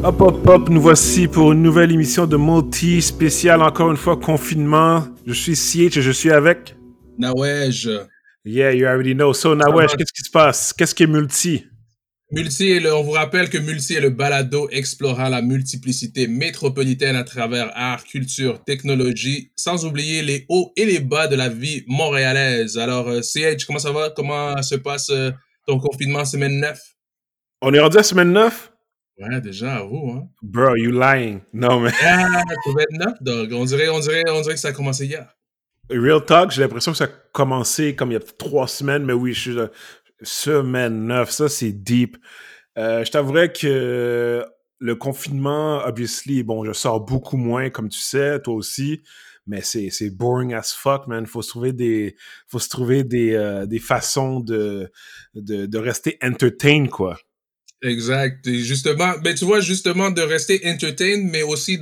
Hop, hop, hop, nous voici pour une nouvelle émission de Multi spéciale, encore une fois, confinement. Je suis CH et je suis avec... Nawej. Yeah, you already know. So, Nawej, qu'est-ce qui se passe? Qu'est-ce qui est Multi? On vous rappelle que Multi est le balado explorant la multiplicité métropolitaine à travers art, culture, technologie, sans oublier les hauts et les bas de la vie montréalaise. Alors, CH, comment ça va? Comment se passe ton confinement semaine 9? On est rendu à semaine 9? Ouais, déjà, à vous, hein? Bro, you lying. Non, mais... Ah, semaine 9, dog. On dirait que ça a commencé hier. Real talk, j'ai l'impression que ça a commencé comme il y a 3 semaines, mais oui, je suis là. Semaine 9, ça, c'est deep. Je t'avouerais que le confinement, obviously, bon, je sors beaucoup moins, comme tu sais, toi aussi, mais c'est boring as fuck, man. Faut se trouver des façons de rester entertained, quoi. Exact. Et justement, ben tu vois, justement, de rester entertained, mais aussi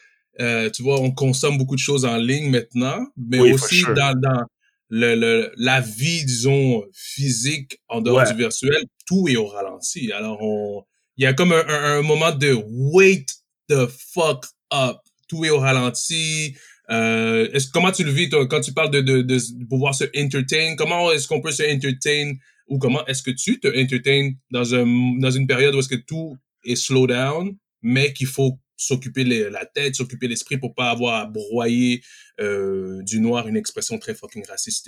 tu vois, on consomme beaucoup de choses en ligne maintenant, mais Oui, for aussi sure. dans la vie, disons, physique en dehors Ouais. du virtuel, tout est au ralenti. Alors, il y a comme un moment de wait the fuck up. Tout est au ralenti. Comment tu le vis, toi, quand tu parles de pouvoir se entertain? Comment est-ce qu'on peut se entertain ou comment est-ce que tu te entertains dans une période où est-ce que tout est slow down, mais qu'il faut s'occuper la tête, s'occuper l'esprit pour pas avoir à broyer du noir, une expression très fucking raciste.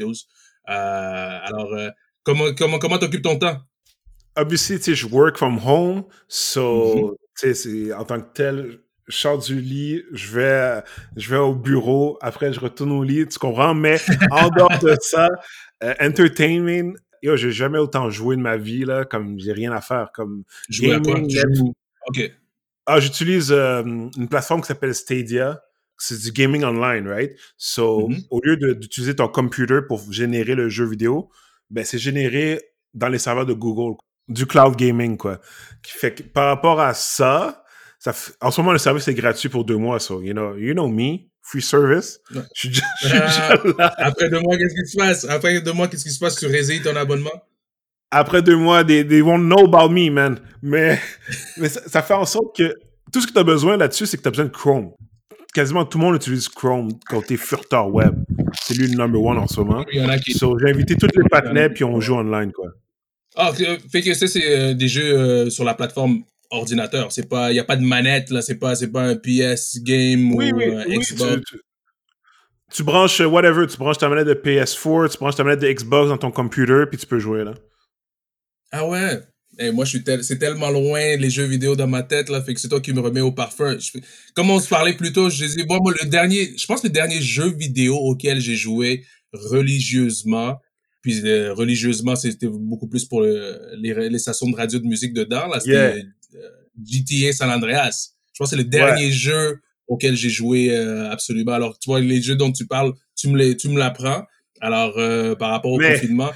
Alors, comment t'occupes ton temps? Obviously, tu sais, je work from home, Mhm. so, tu sais, en tant que tel, je sors du lit, je vais au bureau, après je retourne au lit, tu comprends? Mais en dehors de ça, entertainment, yo, j'ai jamais autant joué de ma vie, là, comme j'ai rien à faire, comme Jouer à quoi? gaming, Tu joues? OK. Ah, j'utilise une plateforme qui s'appelle Stadia. C'est du gaming online, right? So, Mhm. au lieu d'utiliser ton computer pour générer le jeu vidéo, ben, c'est généré dans les serveurs de Google, du cloud gaming, quoi. Qui fait que par rapport à ça, en ce moment, le service est gratuit pour 2 mois, so, you know me, free service. Ouais. Je suis déjà là. Après 2 mois, qu'est-ce qui se passe? Après 2 mois, qu'est-ce qui se passe? Tu résilies ton abonnement? Après 2 mois, they won't know about me, man. Mais ça fait en sorte que tout ce que tu as besoin là-dessus, c'est que tu as besoin de Chrome. Quasiment tout le monde utilise Chrome côté furteur web. C'est lui le number one en ce moment. Il y en a qui... So, j'ai invité toutes les Il y en a partenaires qui puis on font, joue online, quoi. Ah, fait que ça, c'est des jeux sur la plateforme ordinateur. C'est pas, il y a pas de manette, là. C'est pas un PS game Oui, ou oui, un oui. Xbox. Tu branches whatever. Tu branches ta manette de PS4, tu branches ta manette de Xbox dans ton computer puis tu peux jouer, là. Ah ouais. Et moi, c'est tellement loin, les jeux vidéo dans ma tête, là. Fait que c'est toi qui me remets au parfum. Comme on se parlait plus tôt, je disais, bon, moi, je pense que le dernier jeu vidéo auquel j'ai joué religieusement, puis religieusement, c'était beaucoup plus pour les stations de radio de musique dedans, là. Yeah, C'était GTA San Andreas. Je pense que c'est le ouais. dernier jeu auquel j'ai joué absolument. Alors, tu vois, les jeux dont tu parles, tu me l'apprends. Alors, par rapport au Mais, confinement,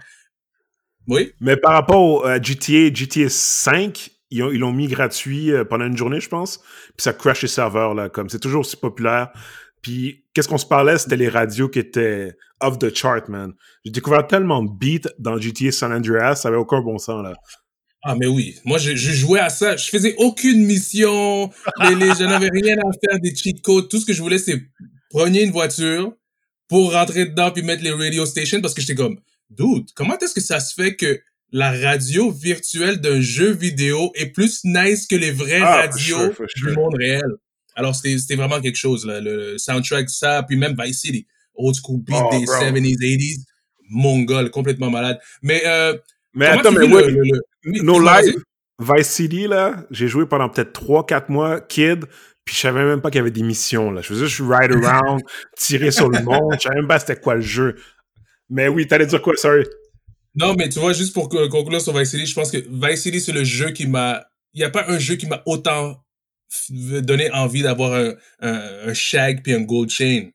oui. mais par rapport au GTA 5, ils l'ont mis gratuit pendant une journée, je pense. Puis ça crash les serveurs, là. Comme c'est toujours aussi populaire. Puis, qu'est-ce qu'on se parlait? C'était les radios qui étaient off the chart, man. J'ai découvert tellement de beats dans GTA San Andreas, ça avait aucun bon sens, là. Ah, mais oui. Moi, je jouais à ça. Je faisais aucune mission. Je n'avais rien à faire des cheat codes. Tout ce que je voulais, c'est prendre une voiture pour rentrer dedans puis mettre les radio stations parce que j'étais comme, dude, comment est-ce que ça se fait que la radio virtuelle d'un jeu vidéo est plus nice que les vraies Ah, for sure, radios for du sure. monde réel? Alors, c'était vraiment quelque chose, là. Le soundtrack, ça, puis même Vice City. Old school beat Oh, des bro. 70s, 80s. Mongol, complètement malade. Mais, Mais comment attends, tu mais vis wait. Oui, No excuse-moi, live, vas-y. Vice City, là, j'ai joué pendant peut-être 3 4 mois, kid, puis je savais même pas qu'il y avait des missions, là. Je faisais juste ride around, tirer sur le monde, je savais même pas c'était quoi le jeu. Mais oui, t'allais dire quoi, sorry? Non, mais tu vois, juste pour conclure sur Vice City, je pense que Vice City, c'est le jeu qui m'a... Il n'y a pas un jeu qui m'a autant donné envie d'avoir un shag puis un gold chain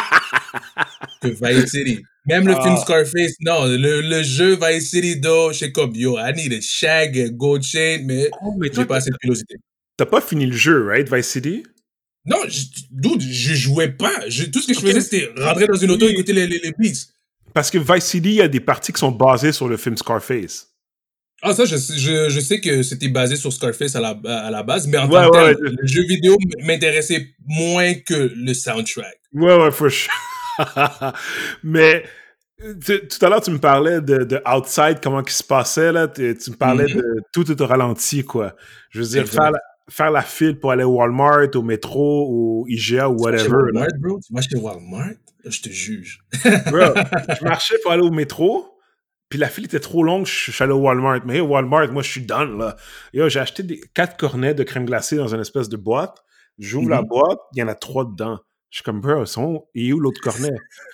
que Vice City. Même le film Ah, Scarface, non, le jeu Vice City, though, je sais comme, yo, I need a shag, a gold chain, mais oh, mais j'ai toi, pas assez de pilosité. t'as pas fini le jeu, right, Vice City? Non, dude, je jouais pas. Tout ce que je Ok, faisais, c'était rentrer dans une auto et oui. écouter les beats. Parce que Vice City, il y a des parties qui sont basées sur le film Scarface. Ah, ça, je sais que c'était basé sur Scarface à la base, mais en tant Ouais, que ouais, tel, ouais, le jeu vidéo m'intéressait moins que le soundtrack. ouais, ouais, for sure. Mais tout à l'heure, tu me parlais de Outside, comment il se passait, là. Tu me parlais de Mhm. tout au ralenti, quoi. Je veux dire, Exact. faire la file pour aller au Walmart, au métro, au IGA ou Tu vas chez whatever, là. Walmart, bro? Tu vas chez Walmart? Je te juge. Bro, je marchais pour aller au métro, puis la file était trop longue, je suis allé au Walmart. Mais hey, Walmart, moi, je suis done, là. Yo, j'ai acheté 4 cornets de crème glacée dans une espèce de boîte. J'ouvre la Mhm. boîte, il y en a 3 dedans. Je suis comme, bro, et où l'autre cornet?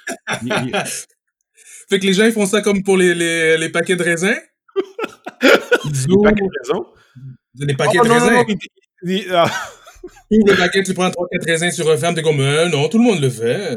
Fait que les gens, ils font ça comme pour les paquets de raisins. Ils Les paquets ouvrent de raisins. les paquets Oh de non, non, non. raisins. Tu ouvres le paquet, tu prends trois, quatre raisins, tu refermes, t'es comme, non, tout le monde le fait.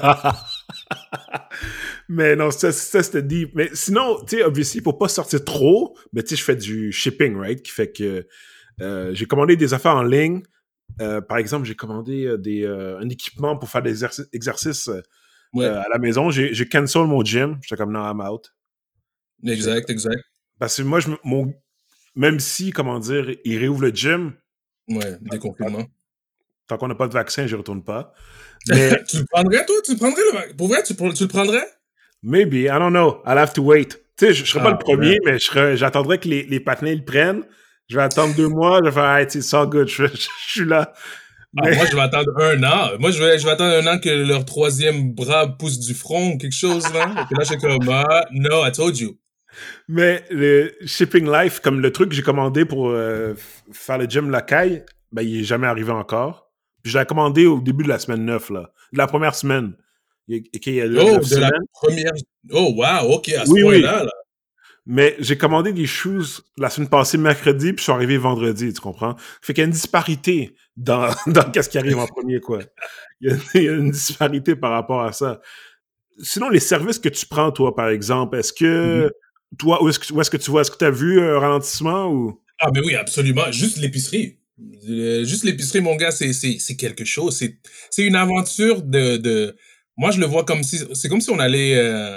Mais non, ça c'était deep. Mais sinon, tu sais, obviously, pour pas sortir trop, mais tu sais, je fais du shipping, right? Qui fait que j'ai commandé des affaires en ligne. Par exemple, j'ai commandé un équipement pour faire des exercices Ouais, à la maison. J'ai cancel mon gym. J'étais comme, non, I'm out. J'étais exact, exact. Parce que moi, même si, comment dire, ils réouvrent le gym, Ouais, déconfinement. tant qu'on n'a pas de vaccin, je retourne pas. Mais Tu le prendrais, toi? Tu le prendrais, pour vrai, tu le prendrais? maybe, I don't know. I'll have to wait. Tu sais, je serai pas le Ah, premier, man. mais j'attendrai que les partenaires le prennent. Je vais attendre 2 mois. Je vais faire, hey, it's all good. Je suis là. Ah, Mais, moi, je vais attendre un an. Moi, je vais attendre un an que leur troisième bras pousse du front ou quelque chose, là. Et puis là, je suis comme, ah, no, I told you. mais le shipping life, comme le truc que j'ai commandé pour faire le gym Lacaille, ben, il est jamais arrivé encore. Puis je l'ai commandé au début de la semaine 9 là. De la première semaine. Il y a Oh, 9 de la semaines. première. Oh, wow, ok, à ce Oui, oui. point-là, là. Mais j'ai commandé des shoes la semaine passée, mercredi, puis je suis arrivé vendredi, tu comprends? Fait qu'il y a une disparité dans, dans qu'est-ce qui arrive en premier, quoi. Il y a une disparité par rapport à ça. Sinon, les services que tu prends, toi, par exemple, est-ce Mhm. que, toi, où est-ce que tu vois? Est-ce que tu as vu un ralentissement ou? Ah, mais oui, absolument. Juste l'épicerie. Juste l'épicerie, mon gars, c'est quelque chose. C'est une aventure moi, je le vois comme si, c'est comme si on allait,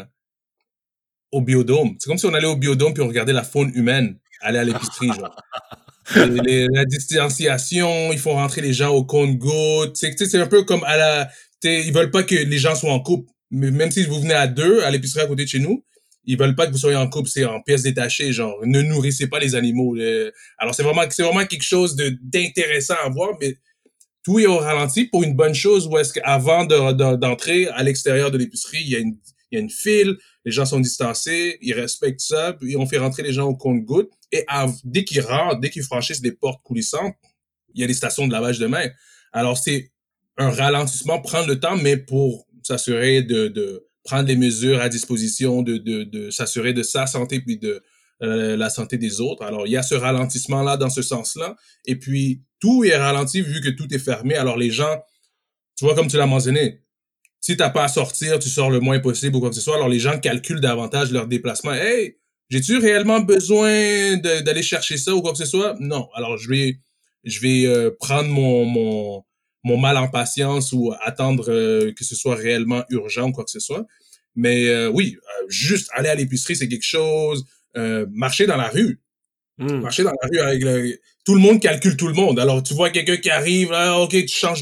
au biodôme. C'est comme si on allait au biodôme puis on regardait la faune humaine aller à l'épicerie, genre. La distanciation, ils font rentrer les gens au compte-gouttes. C'est un peu comme ils veulent pas que les gens soient en couple. Mais même si vous venez à deux à l'épicerie à côté de chez nous, ils veulent pas que vous soyez en couple, c'est en pièces détachées, genre, ne nourrissez pas les animaux. Alors, c'est vraiment quelque chose d'intéressant à voir, mais tout est au ralenti pour une bonne chose où est-ce qu'avant d'entrer à l'extérieur de l'épicerie, il y a une file, les gens sont distancés, ils respectent ça, puis on fait rentrer les gens au compte-gouttes. Et dès qu'ils rentrent, dès qu'ils franchissent des portes coulissantes, il y a des stations de lavage de mains. Alors, c'est un ralentissement, prendre le temps, mais pour s'assurer de prendre les mesures à disposition, de s'assurer de sa santé puis de la santé des autres. Alors, il y a ce ralentissement-là dans ce sens-là. Et puis, tout est ralenti vu que tout est fermé. Alors, les gens, tu vois, comme tu l'as mentionné, si t'as pas à sortir, tu sors le moins possible ou quoi que ce soit. Alors, les gens calculent davantage leur déplacement. Hey, j'ai-tu réellement besoin d'aller chercher ça ou quoi que ce soit? Non. Alors, je vais prendre mon mal en patience ou attendre que ce soit réellement urgent ou quoi que ce soit. Mais oui, juste aller à l'épicerie, c'est quelque chose. Marcher dans la rue, Hmm. marcher dans la rue avec tout le monde calcule tout le monde. Alors, tu vois quelqu'un qui arrive, là, OK, tu changes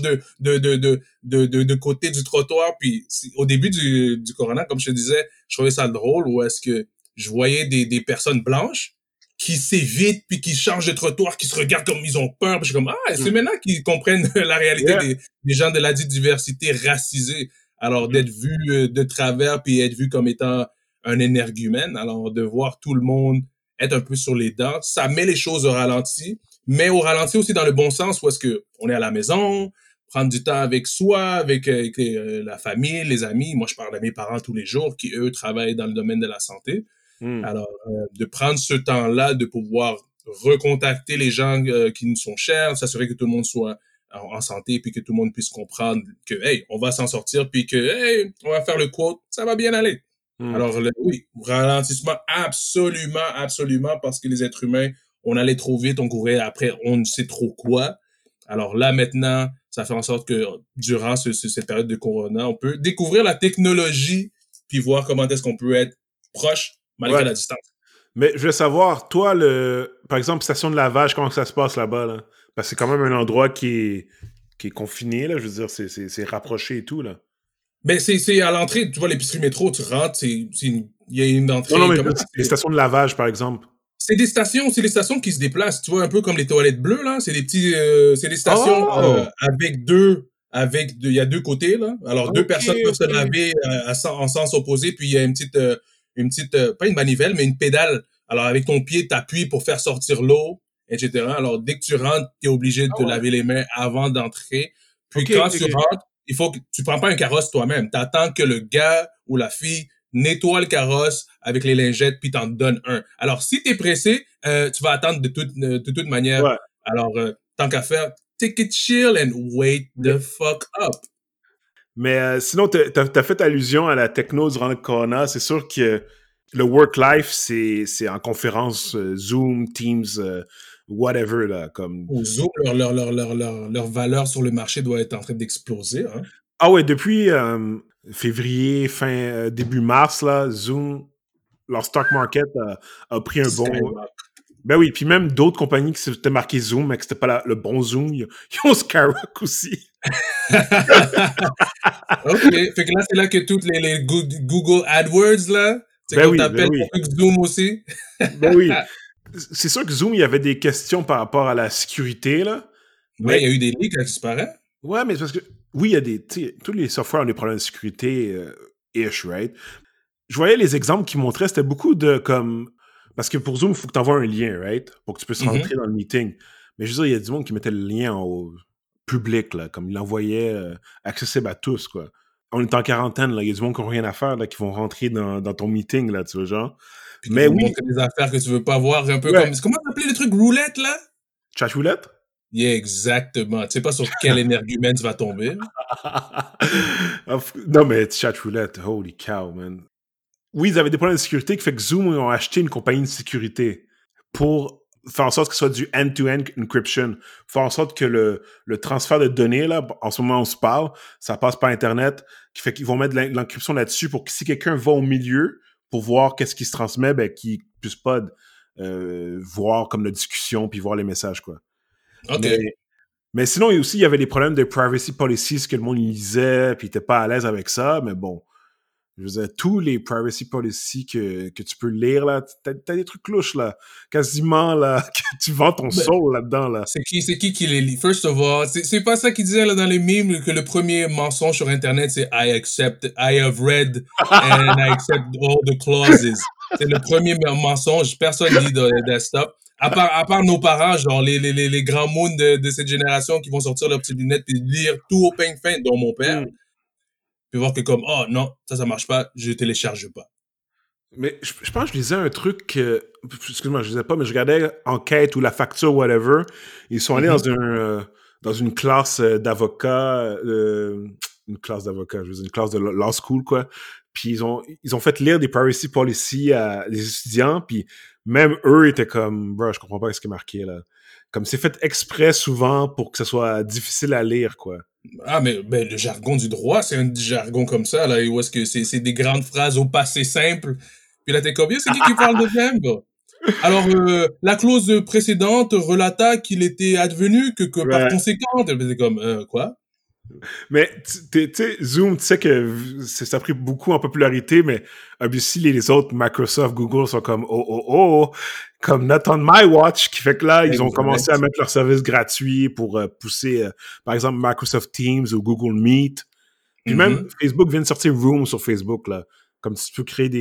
de côté du trottoir. Puis, au début du corona, comme je te disais, je trouvais ça drôle où est-ce que je voyais des personnes blanches qui s'évitent puis qui changent de trottoir, qui se regardent comme ils ont peur. Puis je suis comme, ah, c'est Hmm. maintenant qu'ils comprennent la réalité Yeah. des gens de la dite diversité racisée. Alors, Mhm. d'être vu de travers puis être vu comme étant un énergumène. Alors, de voir tout le monde être un peu sur les dents. Ça met les choses au ralenti, mais au ralenti aussi dans le bon sens où est-ce que on est à la maison, prendre du temps avec soi, avec la famille, les amis. Moi, je parle à mes parents tous les jours qui, eux, travaillent dans le domaine de la santé. Hmm. Alors, de prendre ce temps-là, de pouvoir recontacter les gens qui nous sont chers, s'assurer que tout le monde soit en santé, puis que tout le monde puisse comprendre que, hey, on va s'en sortir, puis que, hey, on va faire le quote, ça va bien aller. Hmm. Alors, oui, ralentissement, absolument, absolument, parce que les êtres humains, on allait trop vite, on courait après, on ne sait trop quoi. Alors là, maintenant, ça fait en sorte que durant cette période de corona, on peut découvrir la technologie, puis voir comment est-ce qu'on peut être proche malgré Ouais. la distance. Mais je veux savoir, toi, par exemple, station de lavage, comment ça se passe là-bas, là? Parce que c'est quand même un endroit qui est confiné, là. Je veux dire, c'est rapproché et tout, là. Ben, c'est à l'entrée, tu vois, l'épicerie métro, tu rentres, il y a une Non, non, entrée mais comme les stations de lavage, par exemple. c'est des stations qui se déplacent, tu vois, un peu comme les toilettes bleues, là. C'est des stations, Oh! il y a deux côtés, là. Alors, deux OK, personnes peuvent se OK. laver en sens opposé, puis il y a pas une manivelle, mais une pédale. Alors, avec ton pied, t'appuies pour faire sortir l'eau, etc. Alors, dès que tu rentres, t'es obligé de Ah te ouais. laver les mains avant d'entrer. Puis, OK, quand OK, tu OK. rentres, il faut que tu prends pas un carrosse toi-même. T'attends que le gars ou la fille nettoie le carrosse avec les lingettes, puis t'en donnes un. Alors, si t'es pressé, tu vas attendre de toute manière. Ouais. Alors, tant qu'à faire, take it chill and wait Mais, the fuck up. mais sinon, t'as fait allusion à la techno durant le Corona. C'est sûr que le work-life, c'est en conférence Zoom, Teams, whatever, là, comme... Au Zoom, leur valeur sur le marché doit être en train d'exploser, hein. Ah ouais, depuis février, début mars, là, Zoom, leur stock market a pris un bon... Skyrock. Ben oui, puis même d'autres compagnies qui s'étaient marquées Zoom, mais que c'était pas le bon Zoom, ils ont Skyrock aussi. OK. Fait que là, c'est là que toutes les Google AdWords, là, c'est Ben qu'on oui, ben t'appelle oui. pour que Zoom aussi. Ben oui. C'est sûr que Zoom, il y avait des questions par rapport à la sécurité, là. Ouais, il y a Mais, eu des leaks, là, qui se paraît. ouais, mais c'est parce que, oui, il y a tu sais, tous les softwares ont des problèmes de sécurité, ish, right? Je voyais les exemples qu'ils montraient, c'était beaucoup de comme. Parce que pour Zoom, il faut que tu envoies un lien, right? Pour que tu puisses Mhm. rentrer dans le meeting. Mais je veux dire, il y a du monde qui mettait le lien au public, là, comme il l'envoyait accessible à tous, quoi. On est en quarantaine, là. Il y a du monde qui n'ont rien à faire, là, qui vont rentrer dans ton meeting, là, tu vois, genre. Puis qu'ils Mais vont oui, montrer des affaires que tu veux pas voir, un peu ouais. comme, comment t'appelais le truc roulette, là? Chatroulette? Yeah, exactement. Tu sais pas sur quel énergumène tu vas tomber. Non, mais chatroulette, holy cow, man. Oui, ils avaient des problèmes de sécurité qui fait que Zoom ils ont acheté une compagnie de sécurité pour faire en sorte que ce soit du end-to-end encryption, faire en sorte que le transfert de données, là, en ce moment on se parle, ça passe par Internet, qui fait qu'ils vont mettre l'encryption là-dessus pour que si quelqu'un va au milieu pour voir qu'est-ce qui se transmet, ben, qu'il puisse pas voir comme la discussion puis voir les messages, quoi. Mais, OK. mais sinon, il y avait des problèmes de privacy policies que le monde lisait puis il était pas à l'aise avec ça, mais bon, je veux dire, tous les privacy policies que tu peux lire, là, t'as des trucs louches, là. Quasiment, là, que tu vends ton Ben, soul là-dedans, là. c'est qui les lit? First of all, c'est pas ça qu'ils disaient là dans les memes que le premier mensonge sur Internet c'est I have read and I accept all the clauses. C'est le premier mensonge. Personne lit de stuff. À part nos parents, genre les grands moons de cette génération qui vont sortir leurs petites lunettes et lire tout au peigne fin, dont mon père, Mm. puis voir que comme, oh non, ça marche pas, je télécharge pas. Mais je pense que je lisais un truc excuse-moi, je lisais pas, mais je regardais Enquête ou La Facture, whatever. Ils sont allés Mhm. dans une classe d'avocats, une classe d'avocats, je veux dire, une classe de law school, quoi. Puis ils ont fait lire des privacy policies à des étudiants, puis même eux étaient comme, bro, je comprends pas ce qui est marqué, là. Comme c'est fait exprès souvent pour que ce soit difficile à lire, quoi. Ah, mais ben, le jargon du droit, c'est un jargon comme ça, là, où est-ce que c'est des grandes phrases au passé simple. Puis là, t'es comme, c'est qui parle de même, bro? Alors, la clause précédente relata qu'il était advenu que par Ouais. conséquent, c'est comme, quoi? Mais tu sais, Zoom, tu sais que ça a pris beaucoup en popularité, mais aussi les autres, Microsoft, Google sont comme comme not on my watch, qui fait que là, ils ont commencé à Exact. mettre leurs services gratuits pour pousser, par exemple, Microsoft Teams ou Google Meet. Puis même Mhm. Facebook vient de sortir Room sur Facebook, là. Comme tu peux créer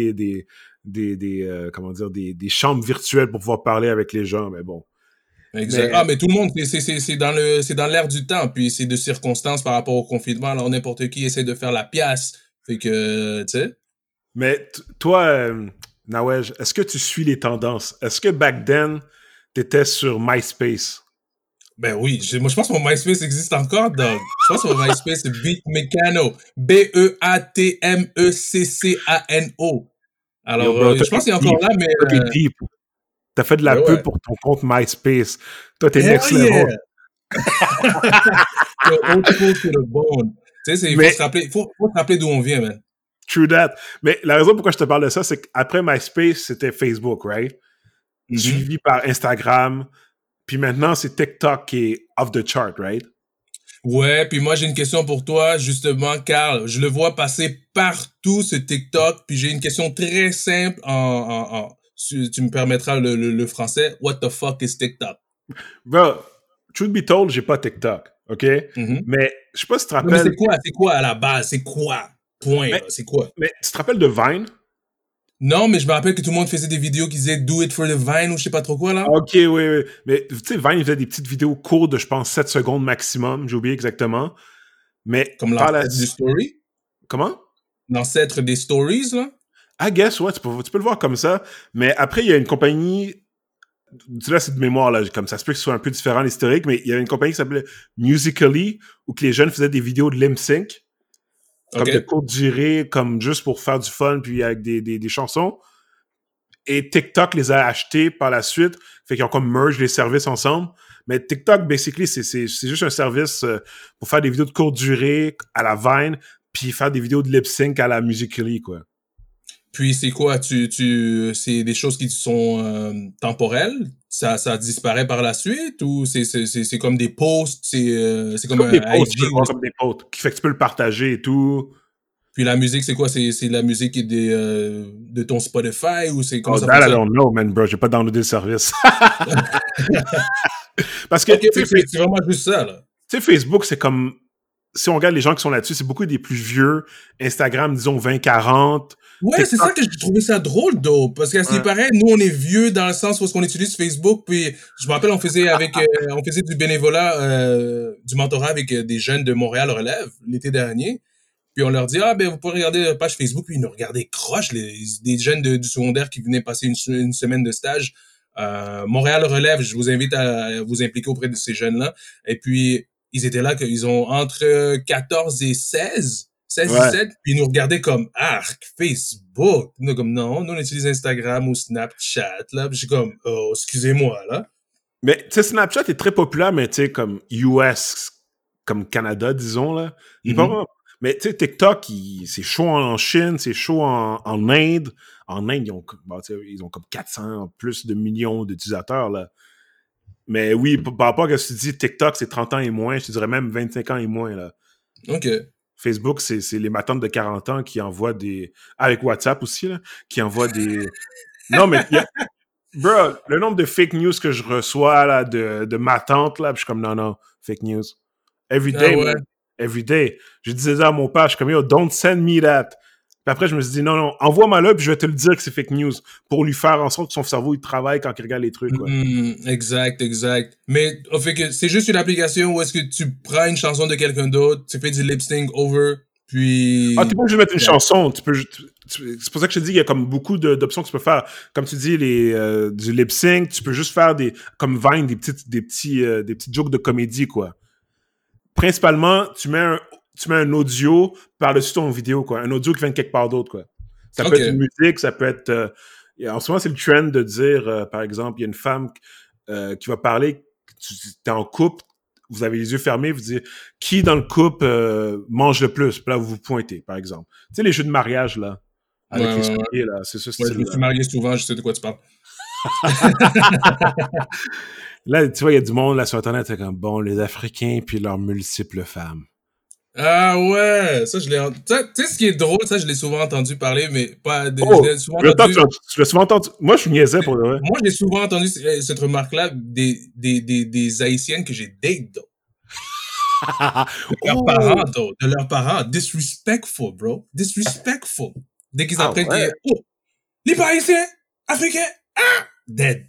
comment dire, des chambres virtuelles pour pouvoir parler avec les gens, mais bon. Exact. Mais Ah, mais tout le monde, c'est dans l'air du temps, puis c'est de circonstances par rapport au confinement, alors n'importe qui essaie de faire la pièce. Fait que, tu sais. Mais toi, Nawej, est-ce que tu suis les tendances? Est-ce que back then, t'étais sur MySpace? Ben oui, moi je pense que mon MySpace existe encore, dog. Je pense que mon MySpace c'est Beat Mecano. Beatmeccano. Yo, Alors, bro, je pense qu'il est encore là, mais Toi, t'es deep. T'as fait de la ben pub ouais. pour ton compte MySpace. Toi, t'es Hell next level. yeah! Yo, old school to the bone. Tu sais, il faut Mais, se rappeler, faut se rappeler d'où on vient, man. True that. Mais la raison pourquoi je te parle de ça, c'est qu'après MySpace, c'était Facebook, right? Suivi par Instagram. Puis maintenant, c'est TikTok qui est off the chart, right? Ouais, puis moi j'ai une question pour toi, justement, Carl. Je le vois passer partout ce TikTok, puis j'ai une question très simple si tu me permettras le français. What the fuck is TikTok? Bro, truth be told, j'ai pas TikTok, OK? Mais je sais pas si tu te rappelles... Non, mais c'est quoi à la base? C'est quoi? Point, là, c'est quoi? Mais tu te rappelles de Vine? Non, mais je me rappelle que tout le monde faisait des vidéos qui disaient Do it for the Vine ou je sais pas trop quoi, là. OK, oui. Mais tu sais, Vine, il faisait des petites vidéos courtes de, je pense, 7 secondes maximum. J'ai oublié exactement. Mais comme l'ancêtre du story? Comment? L'ancêtre des stories, là? I guess, ouais, tu peux le voir comme ça. Mais après, il y a une compagnie... Là, c'est de mémoire, là, comme ça se peut que ce soit un peu différent l'historique, mais il y avait une compagnie qui s'appelait Musical.ly, où que les jeunes faisaient des vidéos de lip sync, comme de courte durée, comme juste pour faire du fun, puis avec des chansons. Et TikTok les a achetés par la suite, fait qu'ils ont comme merge les services ensemble. Mais TikTok, basically, c'est juste un service pour faire des vidéos de courte durée à la Vine, puis faire des vidéos de lip sync à la Musical.ly, quoi. Puis c'est quoi? C'est des choses qui sont temporelles? Ça disparaît par la suite? Ou c'est comme des posts? C'est comme un des posts, IG? comme des posts, qui fait que tu peux le partager et tout. Puis la musique, c'est quoi? C'est la musique de ton Spotify ou c'est comment ça that fonctionne? I don't know, man, bro. J'ai pas downloadé le service. Parce que, okay, c'est vraiment juste ça, là. Tu sais, Facebook, c'est comme... Si on regarde les gens qui sont là-dessus, c'est beaucoup des plus vieux. Instagram, disons, 20-40. Ouais, TikTok. c'est ça que j'ai trouvé ça drôle, though. Parce qu'à ce qui paraît, nous, on est vieux dans le sens où on utilise Facebook. Puis, je me rappelle, on faisait du bénévolat, du mentorat avec des jeunes de Montréal Relève l'été dernier. Puis, on leur dit, ah, ben, vous pouvez regarder la page Facebook. Puis, ils nous regardaient croche, des jeunes du secondaire qui venaient passer une semaine de stage. Montréal Relève, je vous invite à vous impliquer auprès de ces jeunes-là. Et puis, ils étaient là, ils ont entre 14 et 17, puis ils nous regardaient comme arc, Facebook. Nous, comme non, nous on utilise Instagram ou Snapchat, là. Puis je suis comme, oh, excusez-moi, là. Mais, tu sais, Snapchat est très populaire, mais tu sais, comme US, comme Canada, disons, là. Il est pas vraiment... Mais, tu sais, TikTok, c'est chaud en Chine, c'est chaud en Inde. En Inde, ils ont comme 400 plus de millions d'utilisateurs, là. Mais oui, par rapport à ce que tu dis, TikTok, c'est 30 ans et moins. Je te dirais même 25 ans et moins, là. OK. Facebook, c'est les matantes de 40 ans qui envoient des... Avec WhatsApp aussi, là, qui envoient des... Non, mais... Bro, le nombre de fake news que je reçois, là, de ma tante, là, puis je suis comme, non, fake news. Every day, man. Every day. Je disais ça à mon père, je suis comme, yo, don't send me that. Puis après, je me suis dit, non, envoie-moi là, puis je vais te le dire que c'est fake news. Pour lui faire en sorte que son cerveau, il travaille quand il regarde les trucs, quoi. Exact. Mais, au fait que c'est juste une application où est-ce que tu prends une chanson de quelqu'un d'autre, tu fais du lip sync over, puis... Ah, t'es pas obligé de mettre une chanson. C'est pour ça que je te dis, il y a comme beaucoup d'options que tu peux faire. Comme tu dis, du lip sync, tu peux juste faire comme Vine, des petits jokes de comédie, quoi. Principalement, tu mets un audio par-dessus ton vidéo, quoi. Un audio qui vient de quelque part d'autre, quoi. Ça peut être une musique, ça peut être... en ce moment, c'est le trend de dire, par exemple, il y a une femme qui va parler, t'es en couple, vous avez les yeux fermés, vous dites qui dans le couple mange le plus, puis là, vous vous pointez, par exemple. Tu sais, les jeux de mariage, là, avec les souliers, là, c'est ce style-là. Je me suis marié souvent, je sais de quoi tu parles. Là, tu vois, il y a du monde là sur Internet, c'est comme, bon, les Africains puis leurs multiples femmes. Ah ouais, ça je l'ai... Tu sais ce qui est drôle, ça je l'ai souvent entendu parler, mais pas... Tu l'as souvent entendu... Moi, je niaisais pour le vrai. Moi, j'ai souvent entendu cette remarque-là des Haïtiennes que j'ai date, though. De leurs parents. Disrespectful, bro. Disrespectful. Dès qu'ils apprennent qu'ils... Oh, les Haïtiens, Africains, dead.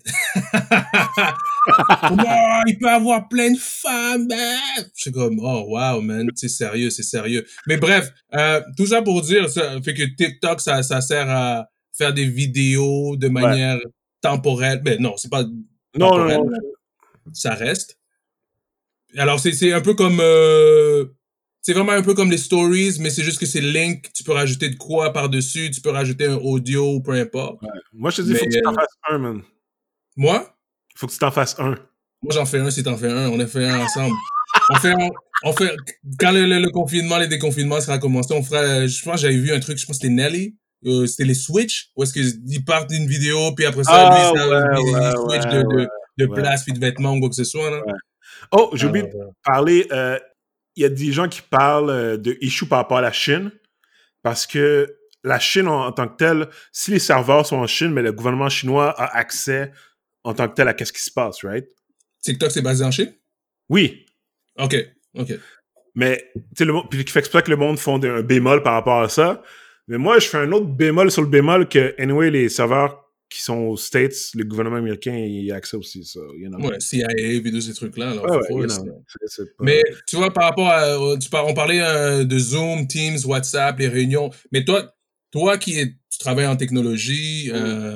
Wow, il peut avoir plein de femmes. Je suis comme, oh wow, man, c'est sérieux. Mais bref, tout ça pour dire, ça fait que TikTok, ça sert à faire des vidéos de manière temporelle. Mais non, c'est pas temporel. Non. Ça reste. Alors, c'est un peu comme... c'est vraiment un peu comme les stories, mais c'est juste que c'est link. Tu peux rajouter de quoi par-dessus. Tu peux rajouter un audio, peu importe. Ouais. Moi, je te dis, faut que tu t'en fasses un, man. Moi? Faut que tu t'en fasses un. Moi, j'en fais un si t'en fais un. On en fait un ensemble. On fait, on fait, quand le confinement, les déconfinements sera commencé, on fera, je pense, j'avais vu un truc, je pense que c'était Nelly, c'était les Switch, où est-ce qu'ils partent d'une vidéo, puis après ça, lui, Ah, ça, ouais, il ouais, switch ouais, ouais, de ouais, place, puis de vêtements, ou quoi que ce soit, là. ouais. Oh, j'ai oublié Alors, de parler. Il y a des gens qui parlent de issue par rapport à la Chine, parce que la Chine en tant que telle, si les serveurs sont en Chine, mais le gouvernement chinois a accès en tant que tel à qu'est-ce qui se passe, right? TikTok, c'est basé en Chine? Oui, OK, OK. mais tu sais, puis qui fait exprès que le monde font un bémol par rapport à ça. Mais moi, je fais un autre bémol sur le bémol que, anyway, les serveurs qui sont aux States, le gouvernement américain, il a accès aussi, ça, you know. Ouais, CIA, puis tous ces trucs-là, alors, Ouais, of ouais, you course. know. C'est Mais pas... tu vois, par rapport à, on parlait de Zoom, Teams, WhatsApp, les réunions. Mais toi tu travailles en technologie,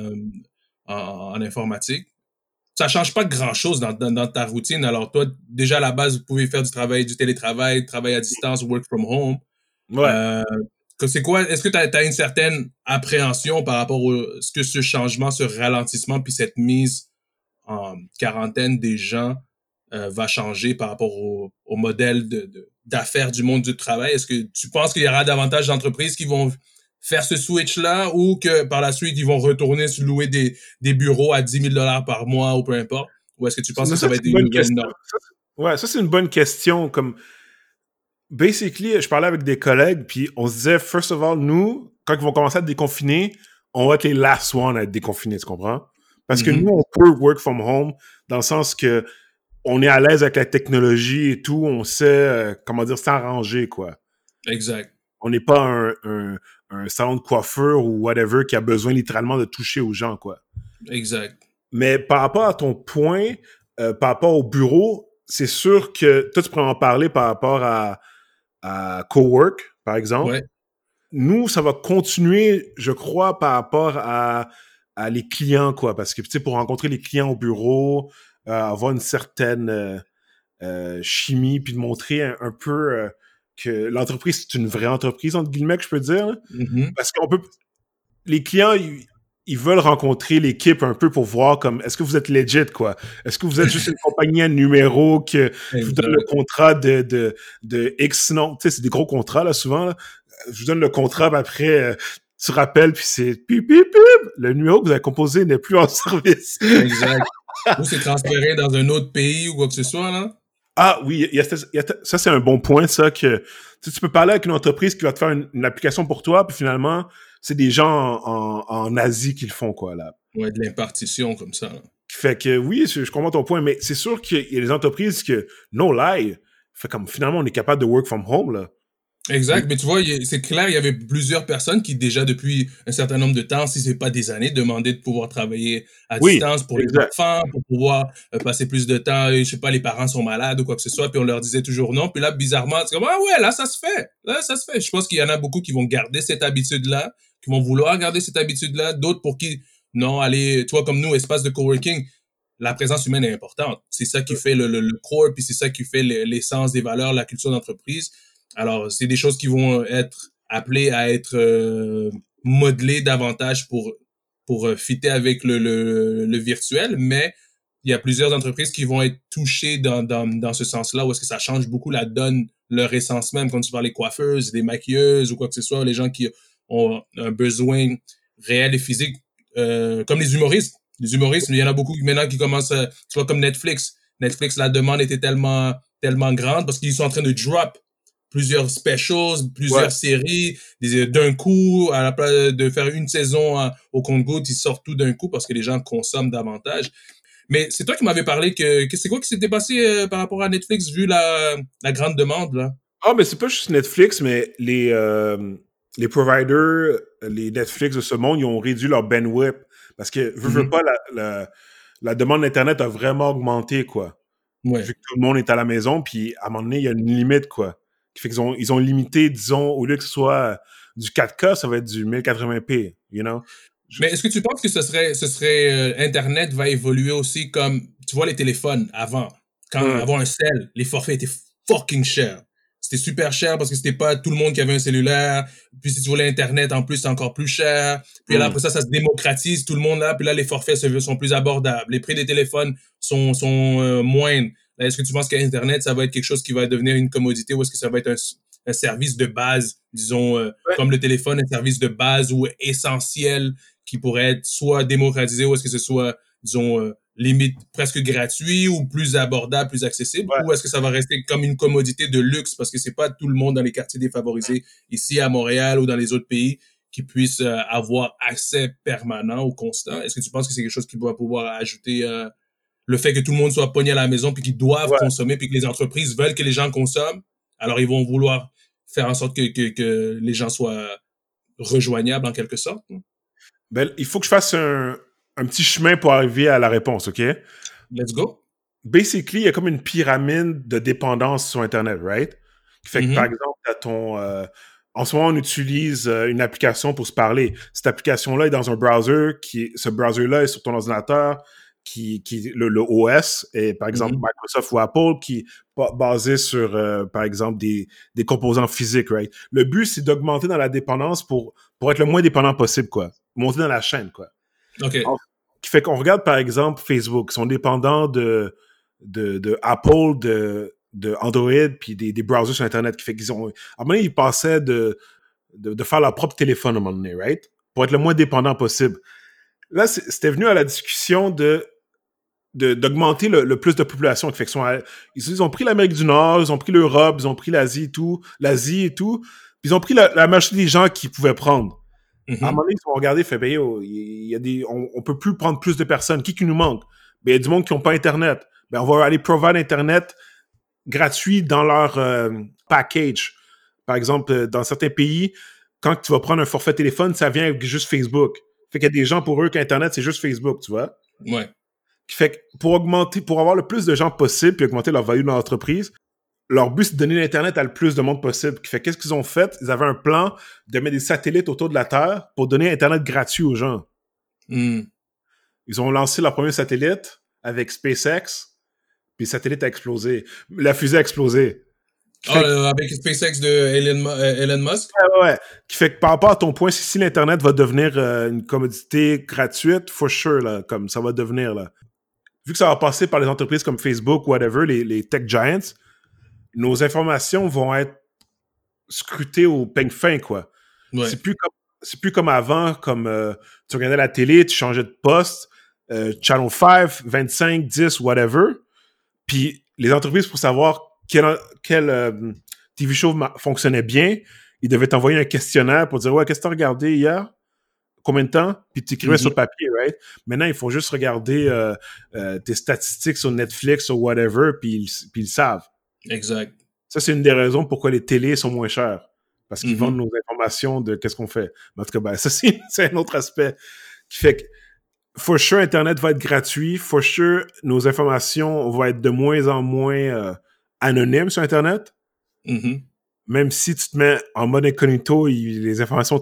en informatique, ça change pas grand-chose dans ta routine. Alors toi, déjà à la base, vous pouvez faire du télétravail, travail à distance, work from home. Ouais. Euh, c'est quoi? Est-ce que tu as une certaine appréhension par rapport à ce que ce changement, ce ralentissement, puis cette mise en quarantaine des gens va changer par rapport au modèle d'affaires du monde du travail? Est-ce que tu penses qu'il y aura davantage d'entreprises qui vont faire ce switch-là ou que par la suite, ils vont retourner se louer des bureaux à 10 000 par mois ou peu importe? Ou est-ce que tu penses Mais que ça ça, va c'est être une une bonne nouvelle question. norme? Ouais, ça, c'est une bonne question. Comme, basically, je parlais avec des collègues, puis on se disait, first of all, nous, quand ils vont commencer à être déconfinés, on va être les last ones à être déconfinés, tu comprends? Parce que nous, Mhm. on peut work from home dans le sens que on est à l'aise avec la technologie et tout, on sait, comment dire, s'arranger, quoi. Exact. On n'est pas un salon de coiffure ou whatever qui a besoin littéralement de toucher aux gens, quoi. Exact. Mais par rapport à ton point, par rapport au bureau, c'est sûr que toi, tu pourrais en parler par rapport à Cowork, par exemple. Ouais. Nous, ça va continuer, je crois, par rapport à les clients, quoi. Parce que, tu sais, pour rencontrer les clients au bureau, avoir une certaine chimie, puis de montrer un peu que l'entreprise, c'est une vraie entreprise, entre guillemets, que je peux dire. Là. Mhm. Parce qu'on peut... Les clients, ils veulent rencontrer l'équipe un peu pour voir comme est-ce que vous êtes legit, quoi. Est-ce que vous êtes juste une compagnie à numéro que je vous donne le Exact. contrat de X non, tu sais, c'est des gros contrats là souvent là. Je vous donne le contrat, puis après tu rappelles puis c'est pip pip pip, le numéro que vous avez composé n'est plus en service. Exact. Ou c'est transféré dans un autre pays ou quoi que ce soit, là? Ah oui, ça c'est un bon point, ça, que tu peux parler avec une entreprise qui va te faire une application pour toi, puis finalement, c'est des gens en Asie qui le font, quoi, là. Ouais, de l'impartition comme ça, là. Fait que oui, je comprends ton point, mais c'est sûr qu'il y a des entreprises que, no lie, fait comme finalement, on est capable de work from home, là. Exact, mais tu vois, c'est clair, il y avait plusieurs personnes qui déjà depuis un certain nombre de temps, si c'est pas des années, demandaient de pouvoir travailler à Oui, distance pour les exact. enfants, pour pouvoir passer plus de temps, je sais pas, les parents sont malades ou quoi que ce soit, puis on leur disait toujours non, puis là, bizarrement, c'est comme, ah ouais, là, ça se fait, là, ça se fait. Je pense qu'il y en a beaucoup qui vont garder cette habitude-là, qui vont vouloir garder cette habitude-là, d'autres pour qui, non, allez, toi comme nous, espace de coworking, la présence humaine est importante. C'est ça qui fait le core, puis c'est ça qui fait l'essence des valeurs, la culture d'entreprise. Alors, c'est des choses qui vont être appelées à être modelées davantage pour fitter avec le virtuel, mais il y a plusieurs entreprises qui vont être touchées dans ce sens-là, où est-ce que ça change beaucoup la donne, leur essence même, quand tu parles des coiffeuses, des maquilleuses ou quoi que ce soit, les gens qui ont un besoin réel et physique, comme les humoristes. Les humoristes, il y en a beaucoup maintenant qui commencent, tu vois, comme Netflix. Netflix, la demande était tellement grande parce qu'ils sont en train de drop plusieurs specials, Ouais. plusieurs séries, d'un coup, à la place de faire une saison au compte-gouttes, ils sortent tout d'un coup parce que les gens consomment davantage. Mais c'est toi qui m'avais parlé que c'est quoi qui s'était passé par rapport à Netflix vu la grande demande, là? Ah, mais c'est pas juste Netflix, mais les providers, les Netflix de ce monde, ils ont réduit leur bandwidth. Parce que, veux Mhm. pas, la demande d'Internet a vraiment augmenté, quoi. Vu Ouais. que tout le monde est à la maison, puis à un moment donné, il y a une limite, quoi. Qui fait ils ont limité, disons, au lieu que ce soit du 4K, ça va être du 1080p, you know? Je- Mais est-ce que tu penses que ce serait Internet va évoluer aussi comme, tu vois, les téléphones avant, quand Hum, avant un cell, les forfaits étaient fucking chers. C'était super cher parce que c'était pas tout le monde qui avait un cellulaire. Puis si tu voulais Internet, en plus, c'est encore plus cher. Puis là, hum. après ça, ça se démocratise, tout le monde là. Puis là, les forfaits sont plus abordables. Les prix des téléphones sont moindres. Là, est-ce que tu penses qu'Internet, ça va être quelque chose qui va devenir une commodité ou est-ce que ça va être un service de base, disons, Ouais. comme le téléphone, un service de base ou essentiel qui pourrait être soit démocratisé ou est-ce que ce soit, disons, limite presque gratuit ou plus abordable, plus accessible, Ouais. ou est-ce que ça va rester comme une commodité de luxe parce que c'est pas tout le monde dans les quartiers défavorisés ici à Montréal ou dans les autres pays qui puissent avoir accès permanent ou constant. Est-ce que tu penses que c'est quelque chose qui va pouvoir ajouter le fait que tout le monde soit pogné à la maison puis qu'ils doivent Ouais. consommer puis que les entreprises veulent que les gens consomment, alors ils vont vouloir faire en sorte que les gens soient rejoignables en quelque sorte. Ben, il faut que je fasse un petit chemin pour arriver à la réponse, OK? Let's go. Basically, il y a comme une pyramide de dépendance sur Internet, right? Qui fait que, par Mhm. exemple, t'as en ce moment, on utilise une application pour se parler. Cette application-là est dans un browser ce browser-là est sur ton ordinateur, le OS, et par exemple, Mhm. Microsoft ou Apple, qui est basé sur, par exemple, des composants physiques, right? Le but, c'est d'augmenter dans la dépendance pour être le moins dépendant possible, quoi. Monter dans la chaîne, quoi. OK. En- Qui fait qu'on regarde, par exemple, Facebook, ils sont dépendants de Apple, de Android, puis des browsers sur Internet, qui fait qu'ils ont... À un moment donné, ils pensaient de faire leur propre téléphone à un moment donné, right? Pour être le moins dépendant possible. Là, c'était venu à la discussion d'augmenter le plus de population. Qui fait ils ont pris l'Amérique du Nord, ils ont pris l'Europe, ils ont pris l'Asie et tout, puis ils ont pris la majorité des gens qu'ils pouvaient prendre. À un moment Mhm. donné, ils ont regardé, fait, ben, yo, il y a on peut plus prendre plus de personnes. Qui nous manque? Ben, il y a du monde qui n'ont pas Internet. Ben, on va aller provide Internet gratuit dans leur package. Par exemple, dans certains pays, quand tu vas prendre un forfait téléphone, ça vient avec juste Facebook. Fait qu'il y a des gens, pour eux, qu'Internet, c'est juste Facebook, tu vois? Ouais. Qui fait que pour avoir le plus de gens possible puis augmenter leur value dans l'entreprise, leur but, c'est de donner l'Internet à le plus de monde possible. Qui fait qu'est-ce qu'ils ont fait? Ils avaient un plan de mettre des satellites autour de la Terre pour donner Internet gratuit aux gens. Mm. Ils ont lancé leur premier satellite avec SpaceX, puis le satellite a explosé. La fusée a explosé. Qui Ah, fait que, avec SpaceX de Elon Musk? ouais, qui fait que par rapport à ton point, si l'Internet va devenir une commodité gratuite, for sure, là, comme ça va devenir, là. Vu que ça va passer par les entreprises comme Facebook, whatever, les tech giants, nos informations vont être scrutées au peigne fin, quoi. Ouais. C'est plus comme avant, comme tu regardais la télé, tu changeais de poste, Channel 5, 25, 10, whatever. Puis les entreprises, pour savoir quel TV show fonctionnait bien, ils devaient t'envoyer un questionnaire pour dire ouais, qu'est-ce que tu as regardé hier? Combien de temps? Puis tu écrivais sur Mhm. le papier, right? Maintenant, il faut juste regarder tes statistiques sur Netflix ou whatever, puis ils savent. Exact. Ça, c'est une des raisons pourquoi les télés sont moins chères. Parce qu'ils vendent Mhm. nos informations de qu'est-ce qu'on fait. Mais en tout cas, ben, ça, c'est un autre aspect qui fait que, for sure, Internet va être gratuit. For sure, nos informations vont être de moins en moins anonymes sur Internet. Mhm. Même si tu te mets en mode incognito, les informations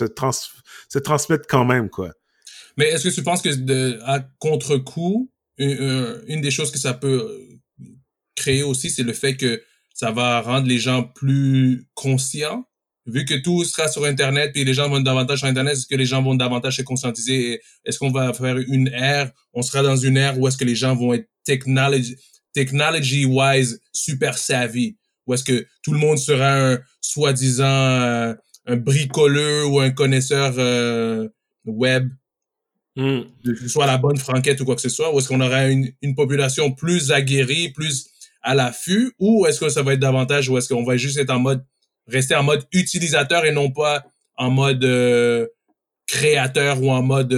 se transmettent quand même, quoi. Mais est-ce que tu penses que à contre-coup, une des choses que ça peut créer aussi, c'est le fait que ça va rendre les gens plus conscients. Vu que tout sera sur Internet, puis les gens vont davantage sur Internet, est-ce que les gens vont davantage se conscientiser? Est-ce qu'on va faire une ère, on sera dans une ère où est-ce que les gens vont être technology-wise super savvy? Ou est-ce que tout le monde sera un soi-disant un bricoleur ou un connaisseur web, Mm. que ce soit la bonne franquette ou quoi que ce soit? Ou est-ce qu'on aura une population plus aguerrie, plus à l'affût, ou est-ce que ça va être davantage, ou est-ce qu'on va juste être rester en mode utilisateur et non pas en mode créateur ou en mode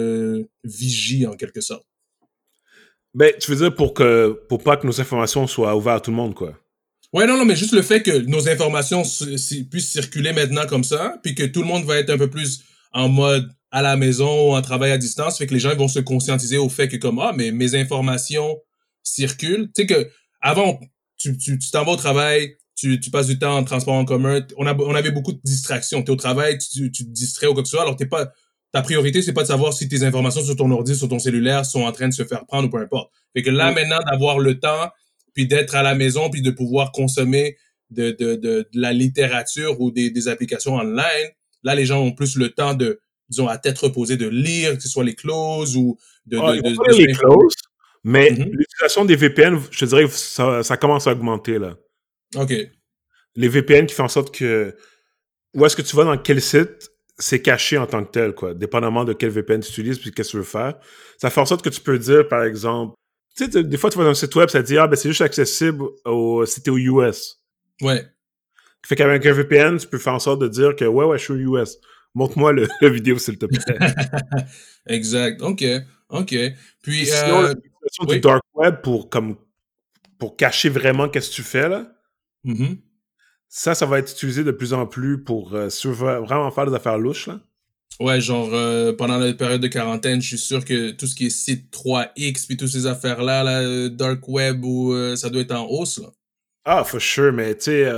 vigie en quelque sorte? Ben, tu veux dire pour pas que nos informations soient ouvertes à tout le monde, quoi. Ouais, non, non, mais juste le fait que nos informations puissent circuler maintenant comme ça, puis que tout le monde va être un peu plus en mode à la maison ou en travail à distance, fait que les gens vont se conscientiser au fait que comme, ah, mais mes informations circulent. Tu sais que avant, tu t'en vas au travail, tu passes du temps en transport en commun, on avait beaucoup de distractions. T'es au travail, tu te distrais ou quoi que ce soit, alors ta priorité, c'est pas de savoir si tes informations sur ton ordi, sur ton cellulaire sont en train de se faire prendre ou peu importe. Fait que là, Mm. maintenant, d'avoir le temps puis d'être à la maison, puis de pouvoir consommer de la littérature ou des applications online. Là, les gens ont plus le temps de, disons, à tête reposée, de lire, que ce soit les clauses ou Ah, ils vont pas de lire les s'informer. clauses, Mais Mhm. l'utilisation des VPN, je te dirais que ça commence à augmenter, là. OK. Les VPN qui font en sorte que où est-ce que tu vas dans quel site, c'est caché en tant que tel, quoi. Dépendamment de quel VPN tu utilises puis qu'est-ce que tu veux faire. Ça fait en sorte que tu peux dire, par exemple, tu sais, des fois, tu vas dans un site web, ça te dit, ah, ben, c'est juste accessible si t'es aux US. Ouais. Fait qu'avec un VPN, tu peux faire en sorte de dire que, ouais, je suis aux US. Montre-moi le vidéo, s'il te plaît. Exact. OK. OK. Puis Puis, sinon, l'utilisation du oui. dark web pour cacher vraiment qu'est-ce que tu fais, là, Mhm. ça va être utilisé de plus en plus pour si tu veux vraiment faire des affaires louches, là. Ouais, genre, pendant la période de quarantaine, je suis sûr que tout ce qui est site 3X puis toutes ces affaires-là, là, dark web, ou ça doit être en hausse, là. Ah, for sure, mais tu sais,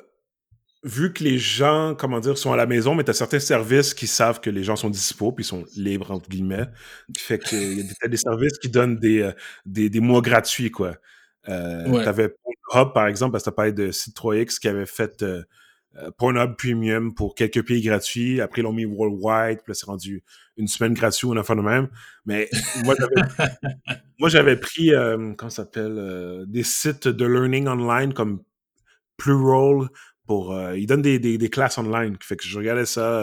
vu que les gens, comment dire, sont à la maison, mais t'as certains services qui savent que les gens sont dispo, puis ils sont libres, entre guillemets, qui fait qu'il y a t'as des services qui donnent des mois gratuits, quoi. Ouais. T'avais Pornhub, par exemple, parce que t'as parlé de Site 3X qui avait fait Pornhub Premium pour quelques pays gratuits. Après, ils l'ont mis worldwide, puis là, c'est rendu une semaine gratuit ou une affaire de même. Mais moi, j'avais pris, comment ça s'appelle, des sites de learning online comme Plural pour ils donnent des classes online. Fait que je regardais ça.